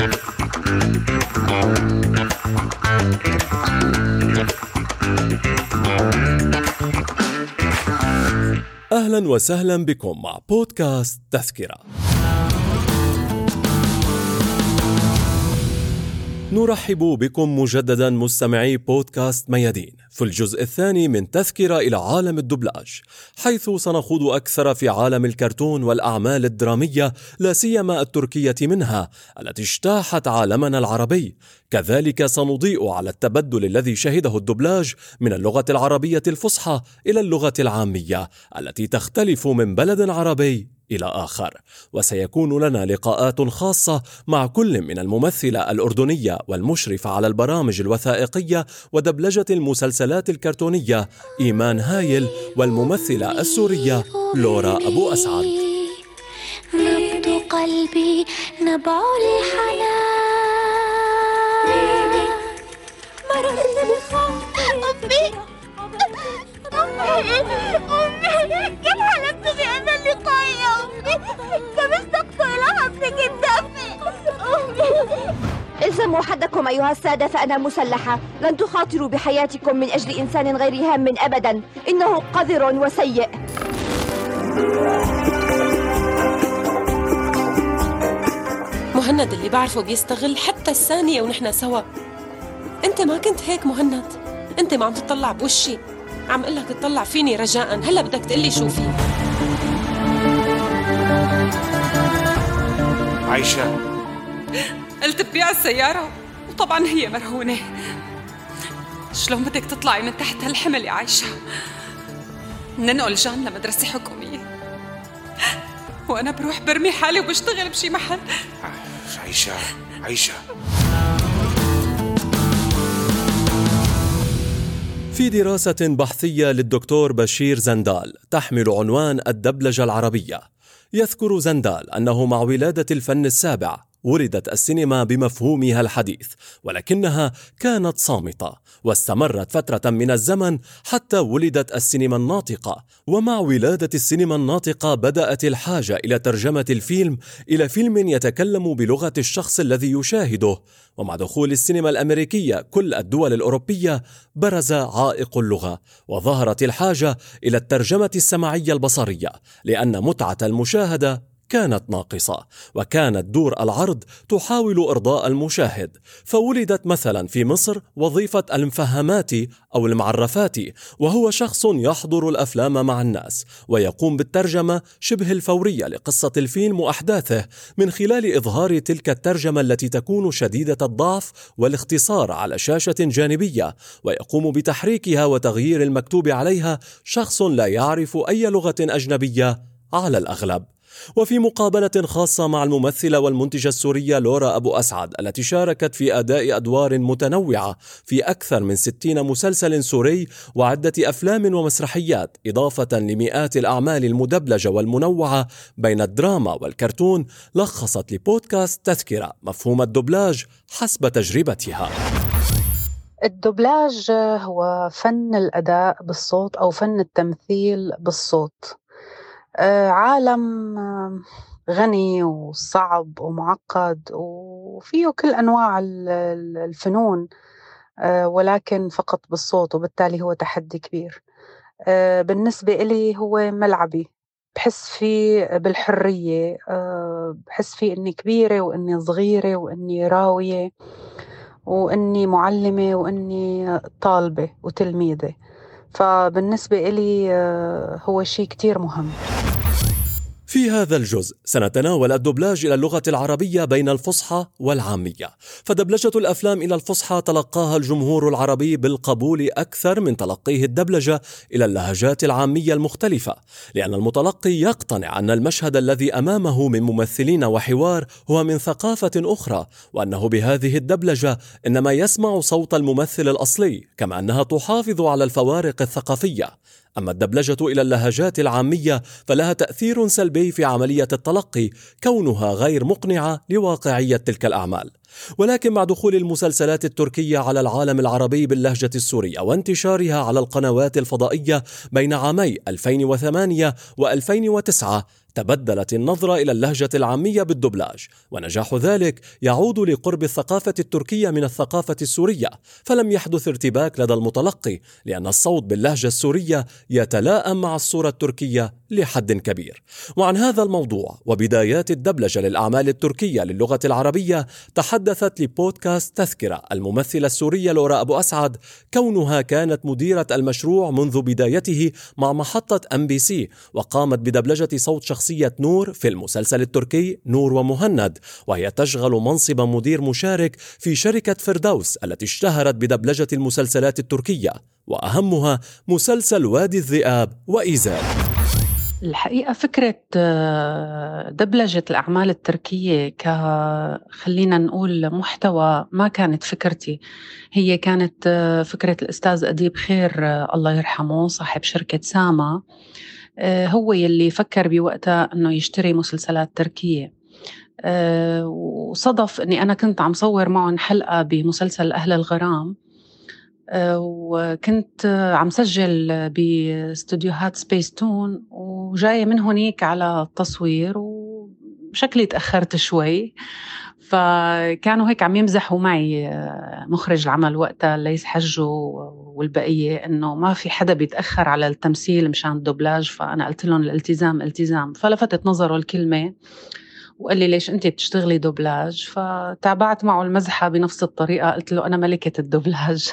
أهلا وسهلا بكم مع بودكاست تذكرة. نرحب بكم مجددا مستمعي بودكاست ميادين في الجزء الثاني من تذكرة إلى عالم الدبلاج، حيث سنخوض أكثر في عالم الكرتون والأعمال الدرامية، لا سيما التركية منها التي اجتاحت عالمنا العربي. كذلك سنضيء على التبدل الذي شهده الدبلاج من اللغة العربية الفصحى إلى اللغة العامية التي تختلف من بلد عربي إلى آخر. وسيكون لنا لقاءات خاصة مع كل من الممثلة الأردنية والمشرفة على البرامج الوثائقية ودبلجة المسلسلات الكرتونية إيمان هايل، والممثلة السورية لورا أبو أسعد. نبض قلبي نبع الحنان، مررت بخاطري أمي كم حلمت بأن اللقاء يا أمي، كم اشتقت إلى حضنك الدافئ أمي. الزموا حدكم أيها السادة، فأنا مسلحة، لن تخاطروا بحياتكم من أجل إنسان غير هام أبدا، إنه قذر وسيء. مهند اللي بعرفه بيستغل حتى الثانية ونحن سوا. أنت ما كنت هيك مهند، أنت ما عم تطلع بوشي، عم قلك تطلع فيني رجاءً، هلأ بدك تقلي شو في. عايشة، قلت تبيع السيارة وطبعاً هي مرهونة. شلون بدك تطلعي من تحت هالحمل يا عايشة؟ ننقل جان لمدرسة حكومية وأنا بروح برمي حالي وبشتغل بشي محل. عايشة في دراسة بحثية للدكتور بشير زندال تحمل عنوان الدبلجة العربية، يذكر زندال أنه مع ولادة الفن السابع ولدت السينما بمفهومها الحديث، ولكنها كانت صامتة، واستمرت فترة من الزمن حتى ولدت السينما الناطقة. ومع ولادة السينما الناطقة بدأت الحاجة إلى ترجمة الفيلم إلى فيلم يتكلم بلغة الشخص الذي يشاهده. ومع دخول السينما الأمريكية كل الدول الأوروبية برز عائق اللغة، وظهرت الحاجة إلى الترجمة السمعية البصرية، لأن متعة المشاهدة كانت ناقصة، وكانت دور العرض تحاول إرضاء المشاهد. فولدت مثلا في مصر وظيفة المفهمات أو المعرفات، وهو شخص يحضر الأفلام مع الناس ويقوم بالترجمة شبه الفورية لقصة الفيلم وأحداثه من خلال إظهار تلك الترجمة التي تكون شديدة الضعف والاختصار على شاشة جانبية، ويقوم بتحريكها وتغيير المكتوب عليها شخص لا يعرف أي لغة أجنبية على الأغلب. وفي مقابلة خاصة مع الممثلة والمنتجة السورية لورا أبو أسعد التي شاركت في أداء أدوار متنوعة في أكثر من 60 مسلسل سوري وعدة أفلام ومسرحيات، إضافة لمئات الأعمال المدبلجة والمنوعة بين الدراما والكرتون، لخصت لبودكاست تذكرة مفهوم الدبلاج حسب تجربتها. الدبلاج هو فن الأداء بالصوت أو فن التمثيل بالصوت. عالم غني وصعب ومعقد وفيه كل أنواع الفنون، ولكن فقط بالصوت، وبالتالي هو تحدي كبير. بالنسبة إلي هو ملعبي، بحس فيه بالحرية، بحس فيه إني كبيرة وإني صغيرة وإني راوية وإني معلمة وإني طالبة وتلميذة. فبالنسبة إلي هو شيء كتير مهم. في هذا الجزء سنتناول الدبلاج إلى اللغة العربية بين الفصحى والعامية. فدبلجة الأفلام إلى الفصحى تلقاها الجمهور العربي بالقبول أكثر من تلقيه الدبلجة إلى اللهجات العامية المختلفة، لأن المتلقي يقتنع أن المشهد الذي أمامه من ممثلين وحوار هو من ثقافة أخرى، وأنه بهذه الدبلجة إنما يسمع صوت الممثل الأصلي، كما أنها تحافظ على الفوارق الثقافية. أما الدبلجة إلى اللهجات العامية فلها تأثير سلبي في عملية التلقي، كونها غير مقنعة لواقعية تلك الأعمال. ولكن مع دخول المسلسلات التركية على العالم العربي باللهجة السورية وانتشارها على القنوات الفضائية بين عامي 2008 و2009، تبدلت النظرة إلى اللهجة العامية بالدبلاج، ونجاح ذلك يعود لقرب الثقافة التركية من الثقافة السورية، فلم يحدث ارتباك لدى المتلقي لأن الصوت باللهجة السورية يتلائم مع الصورة التركية لحد كبير. وعن هذا الموضوع وبدايات الدبلجة للأعمال التركية للغة العربية تحدثت لبودكاست تذكرة الممثلة السورية لورا أبو أسعد، كونها كانت مديرة المشروع منذ بدايته مع محطة MBC، وقامت بدبلجة صوت شخصية نور في المسلسل التركي نور ومهند، وهي تشغل منصب مدير مشارك في شركة فردوس التي اشتهرت بدبلجة المسلسلات التركية، وأهمها مسلسل وادي الذئاب وإيزال. الحقيقة فكرة دبلجة الأعمال التركية خلينا نقول محتوى ما كانت فكرتي، هي كانت فكرة الأستاذ أديب خير الله يرحمه صاحب شركة ساما، هو يلي فكر بوقتها أنه يشتري مسلسلات تركية. وصدف أني أنا كنت عم صور معهم حلقة بمسلسل أهل الغرام، وكنت عم سجل باستوديوهات سبيس تون، وجاية من هناك على التصوير وشكلي تأخرت شوي، فكانوا هيك عم يمزحوا معي مخرج العمل وقتها ليس حجه والبقية إنه ما في حدا بيتأخر على التمثيل مشان الدبلاج، فأنا قلت لهم الالتزام التزام، فلفتت نظره الكلمة وقال لي ليش أنت بتشتغلي دبلاج؟ فتابعت معه المزحة بنفس الطريقة، قلت له أنا ملكة الدبلاج.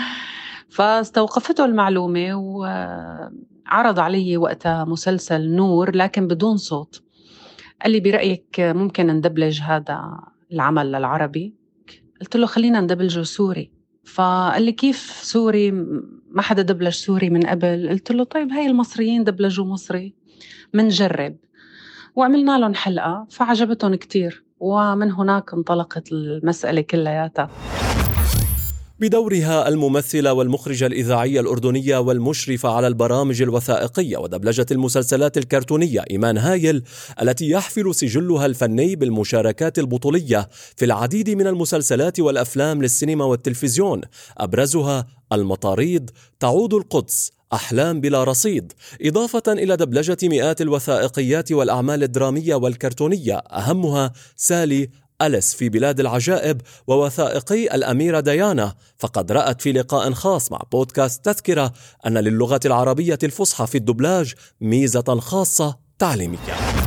فاستوقفته المعلومة وعرض علي وقتها مسلسل نور لكن بدون صوت. قال لي برأيك ممكن ندبلج هذا العمل للعربي؟ قلت له خلينا ندبلجه سوري. فقال لي كيف سوري؟ ما حدا دبلج سوري من قبل. قلت له طيب هاي المصريين دبلجوا مصري، منجرب. وعملنا لهم حلقة فعجبتهم كتير، ومن هناك انطلقت المسألة كلياتها. بدورها الممثلة والمخرجة الإذاعية الأردنية والمشرفة على البرامج الوثائقية ودبلجة المسلسلات الكرتونية إيمان هايل، التي يحفل سجلها الفني بالمشاركات البطولية في العديد من المسلسلات والأفلام للسينما والتلفزيون، أبرزها المطاريد، تعود القدس، أحلام بلا رصيد، إضافة إلى دبلجة مئات الوثائقيات والأعمال الدرامية والكرتونية، أهمها سالي، أليس في بلاد العجائب، ووثائقي الأميرة ديانا. فقد رأت في لقاء خاص مع بودكاست تذكرة أن للغة العربية الفصحى في الدبلاج ميزة خاصة تعليمية.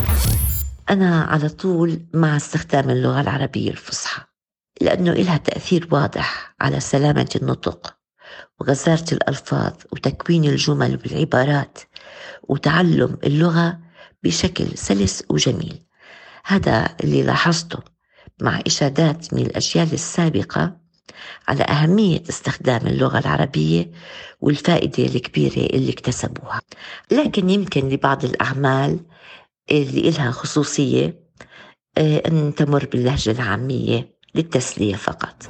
أنا على طول مع استخدام اللغة العربية الفصحى، لأنه إلها تأثير واضح على سلامة النطق وغزارة الألفاظ وتكوين الجمل والعبارات وتعلم اللغة بشكل سلس وجميل. هذا اللي لاحظته مع إشادات من الأجيال السابقة على أهمية استخدام اللغة العربية والفائدة الكبيرة اللي اكتسبوها. لكن يمكن لبعض الأعمال اللي إلها خصوصية أن تمر باللهجة العامية للتسلية فقط.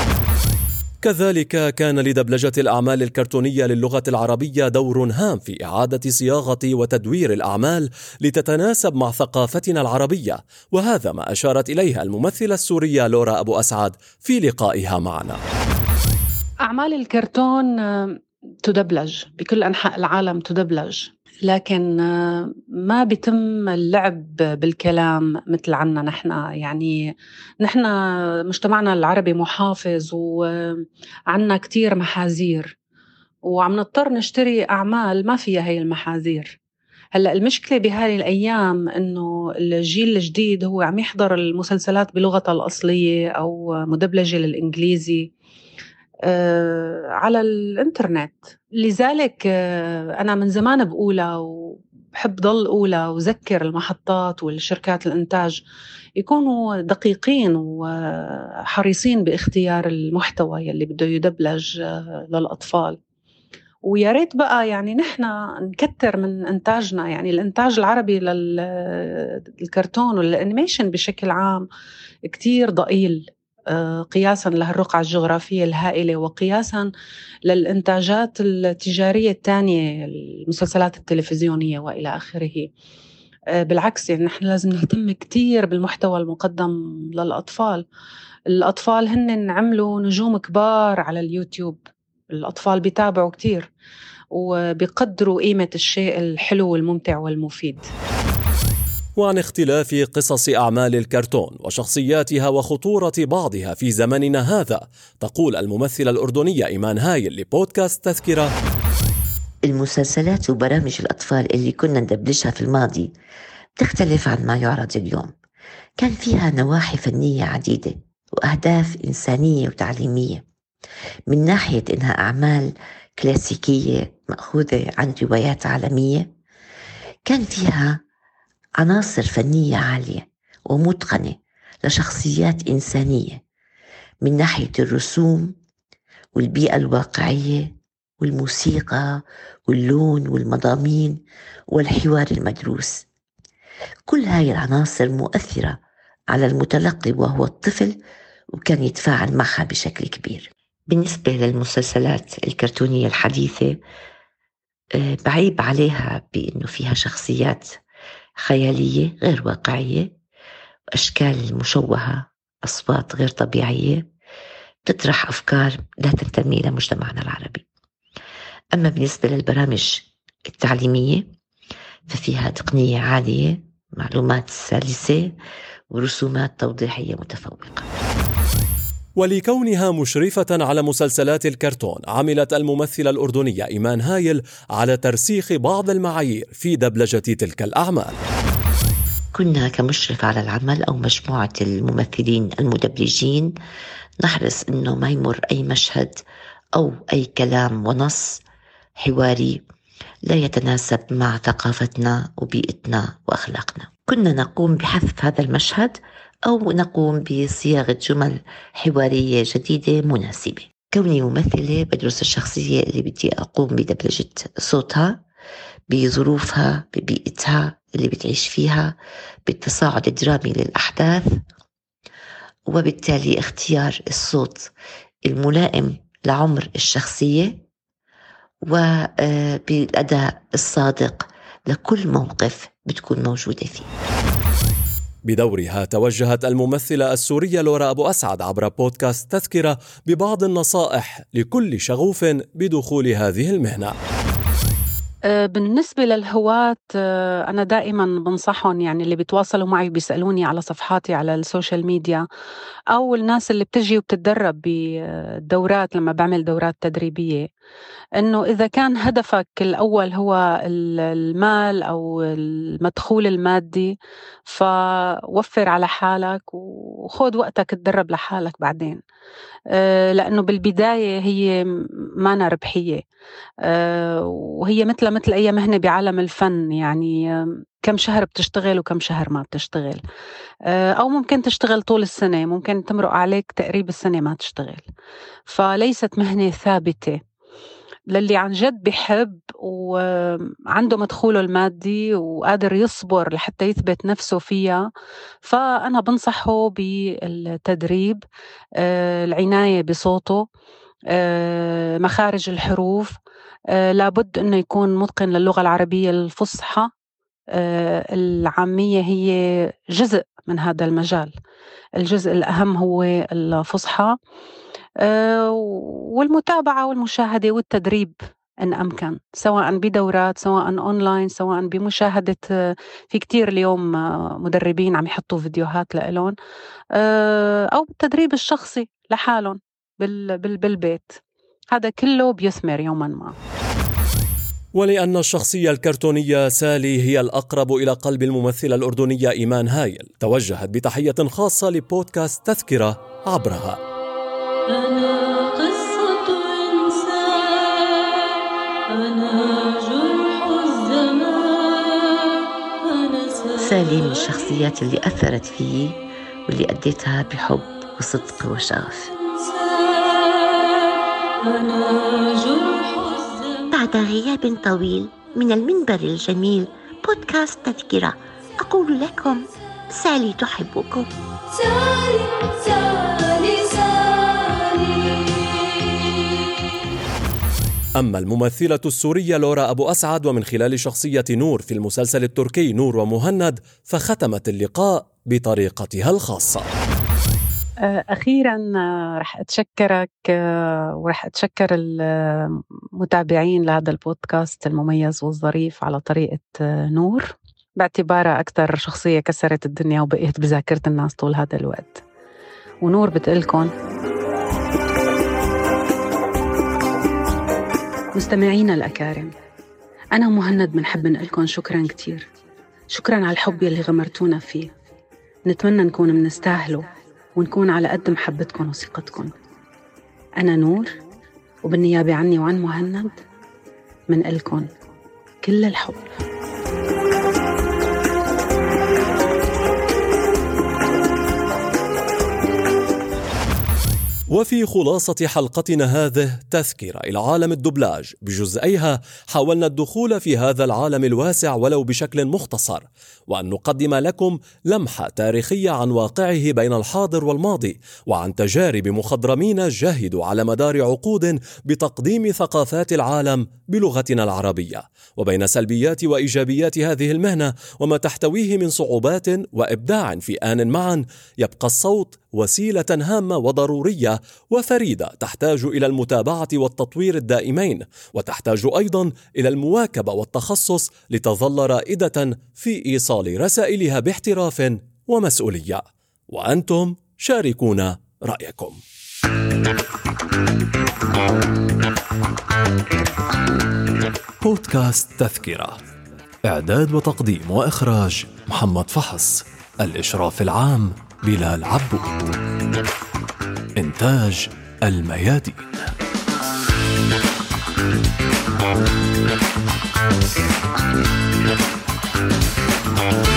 كذلك كان لدبلجة الأعمال الكرتونية للغة العربية دور هام في إعادة صياغة وتدوير الأعمال لتتناسب مع ثقافتنا العربية، وهذا ما أشارت إليها الممثلة السورية لورا أبو أسعد في لقائها معنا. أعمال الكرتون تدبلج بكل أنحاء العالم، تدبلج، لكن ما بيتم اللعب بالكلام مثل عنا نحن. يعني نحن مجتمعنا العربي محافظ وعنا كتير محاذير، وعم نضطر نشتري أعمال ما فيها هاي المحاذير. هلأ المشكلة بهذه الأيام إنه الجيل الجديد هو عم يحضر المسلسلات بلغتها الأصلية أو مدبلجة للإنجليزي على الإنترنت. لذلك أنا من زمان بقولها وبحب ضل أولى وذكر المحطات والشركات الإنتاج يكونوا دقيقين وحريصين باختيار المحتوى يلي بده يدبلج للأطفال. ويا ريت بقى يعني نحن نكتر من إنتاجنا، يعني الإنتاج العربي للكرتون والأنيميشن بشكل عام كتير ضئيل قياساً لهالرقعة الجغرافية الهائلة وقياساً للإنتاجات التجارية الثانية، المسلسلات التلفزيونية وإلى آخره. بالعكس يعني نحن لازم نهتم كتير بالمحتوى المقدم للأطفال. الأطفال هن عملوا نجوم كبار على اليوتيوب، الأطفال بيتابعوا كتير وبيقدروا قيمة الشيء الحلو والممتع والمفيد. وعن اختلاف قصص أعمال الكرتون وشخصياتها وخطورة بعضها في زمننا هذا، تقول الممثلة الأردنية إيمان هايل لبودكاست تذكرة: المسلسلات وبرامج الأطفال اللي كنا ندبلجها في الماضي تختلف عن ما يعرض اليوم. كان فيها نواحي فنية عديدة وأهداف إنسانية وتعليمية، من ناحية إنها أعمال كلاسيكية مأخوذة عن روايات عالمية. كان فيها عناصر فنية عالية ومتقنة لشخصيات إنسانية، من ناحية الرسوم والبيئة الواقعية والموسيقى واللون والمضامين والحوار المدروس. كل هاي العناصر مؤثرة على المتلقي وهو الطفل، وكان يتفاعل معها بشكل كبير. بالنسبة للمسلسلات الكرتونية الحديثة، بعيب عليها بأنه فيها شخصيات خيالية غير واقعية، أشكال مشوهة، أصوات غير طبيعية، تطرح أفكار لا تنتمي إلى مجتمعنا العربي. أما بالنسبة للبرامج التعليمية ففيها تقنية عالية، معلومات سلسة، ورسومات توضيحية متفوقة. ولكونها مشرفة على مسلسلات الكرتون، عملت الممثلة الأردنية إيمان هايل على ترسيخ بعض المعايير في دبلجة تلك الأعمال. كنا كمشرف على العمل أو مجموعة الممثلين المدبلجين نحرص أنه ما يمر أي مشهد أو أي كلام ونص حواري لا يتناسب مع ثقافتنا وبيئتنا وأخلاقنا. كنا نقوم بحذف هذا المشهد أو نقوم بصياغة جمل حوارية جديدة مناسبة. كوني ممثلة بدرس الشخصية اللي بدي أقوم بدبلجة صوتها بظروفها، ببيئتها اللي بتعيش فيها، بالتصاعد الدرامي للأحداث، وبالتالي اختيار الصوت الملائم لعمر الشخصية وبالأداء الصادق لكل موقف بتكون موجودة فيه. بدورها توجهت الممثلة السورية لورا أبو أسعد عبر بودكاست تذكرة ببعض النصائح لكل شغوف بدخول هذه المهنة. بالنسبة للهواة، أنا دائما بنصحهم، يعني اللي بيتواصلوا معي بيسألوني على صفحاتي على السوشيال ميديا، أو الناس اللي بتجي وبتتدرب بالدورات لما بعمل دورات تدريبية، إنه إذا كان هدفك الأول هو المال أو المدخول المادي، فوفر على حالك وخذ وقتك تدرب لحالك بعدين، لأنه بالبداية هي مانا ربحية، وهي مثل أي مهنة بعالم الفن، يعني كم شهر بتشتغل وكم شهر ما بتشتغل، أو ممكن تشتغل طول السنة، ممكن تمرق عليك تقريب السنة ما تشتغل. فليست مهنة ثابتة. للي عن جد بيحب وعنده مدخوله المادي وقادر يصبر لحتى يثبت نفسه فيها، فأنا بنصحه بالتدريب، العناية بصوته، مخارج الحروف، لابد أنه يكون متقن للغة العربية الفصحى. العامية هي جزء من هذا المجال، الجزء الأهم هو الفصحى، والمتابعة والمشاهدة والتدريب إن أمكن، سواء بدورات، سواء أونلاين، سواء بمشاهدة. في كتير اليوم مدربين عم يحطوا فيديوهات لإلهم، أو التدريب الشخصي لحالهم بالبيت. هذا كله بيثمر يوما ما. ولأن الشخصية الكرتونية سالي هي الأقرب إلى قلب الممثلة الأردنية إيمان هايل، توجهت بتحية خاصة لبودكاست تذكرة عبرها. أنا قصة إنسان، أنا جرح الزمان، أنا سالي من الشخصيات اللي أثرت فيي واللي أديتها بحب وصدق وشغف. أنا جرح الزمان. بعد غياب طويل من المنبر الجميل بودكاست تذكرة، أقول لكم سالي تحبكم. سالي سالي سالي. أما الممثلة السورية لورا أبو أسعد، ومن خلال شخصية نور في المسلسل التركي نور ومهند، فختمت اللقاء بطريقتها الخاصة. أخيراً رح أتشكرك ورح أتشكر المتابعين لهذا البودكاست المميز والظريف على طريقة نور. باعتبارها أكتر شخصية كسرت الدنيا وبقيت بذاكرة الناس طول هذا الوقت. ونور بتقلكن مستمعينا الأكارم، أنا ومهند بنحب نقلكن شكراً كتير. شكراً على الحب يلي غمرتونا فيه. نتمنى نكون منستاهله ونكون على قد محبتكن وثقتكن. أنا نور، وبالنيابة عني وعن مهند منقلكن كل الحب. وفي خلاصة حلقتنا هذه تذكرة إلى عالم الدبلاج بجزئيها، حاولنا الدخول في هذا العالم الواسع ولو بشكل مختصر، وأن نقدم لكم لمحة تاريخية عن واقعه بين الحاضر والماضي، وعن تجارب مخضرمين جاهدوا على مدار عقود بتقديم ثقافات العالم بلغتنا العربية، وبين سلبيات وإيجابيات هذه المهنة وما تحتويه من صعوبات وإبداع في آن معا. يبقى الصوت وسيلة هامة وضرورية وفريدة تحتاج إلى المتابعة والتطوير الدائمين، وتحتاج أيضا إلى المواكبة والتخصص لتظل رائدة في إيصال رسائلها باحتراف ومسؤولية. وأنتم شاركونا رأيكم. بودكاست تذكرة، إعداد وتقديم وإخراج محمد فحص، الإشراف العام بلال عبود، إنتاج الميادين.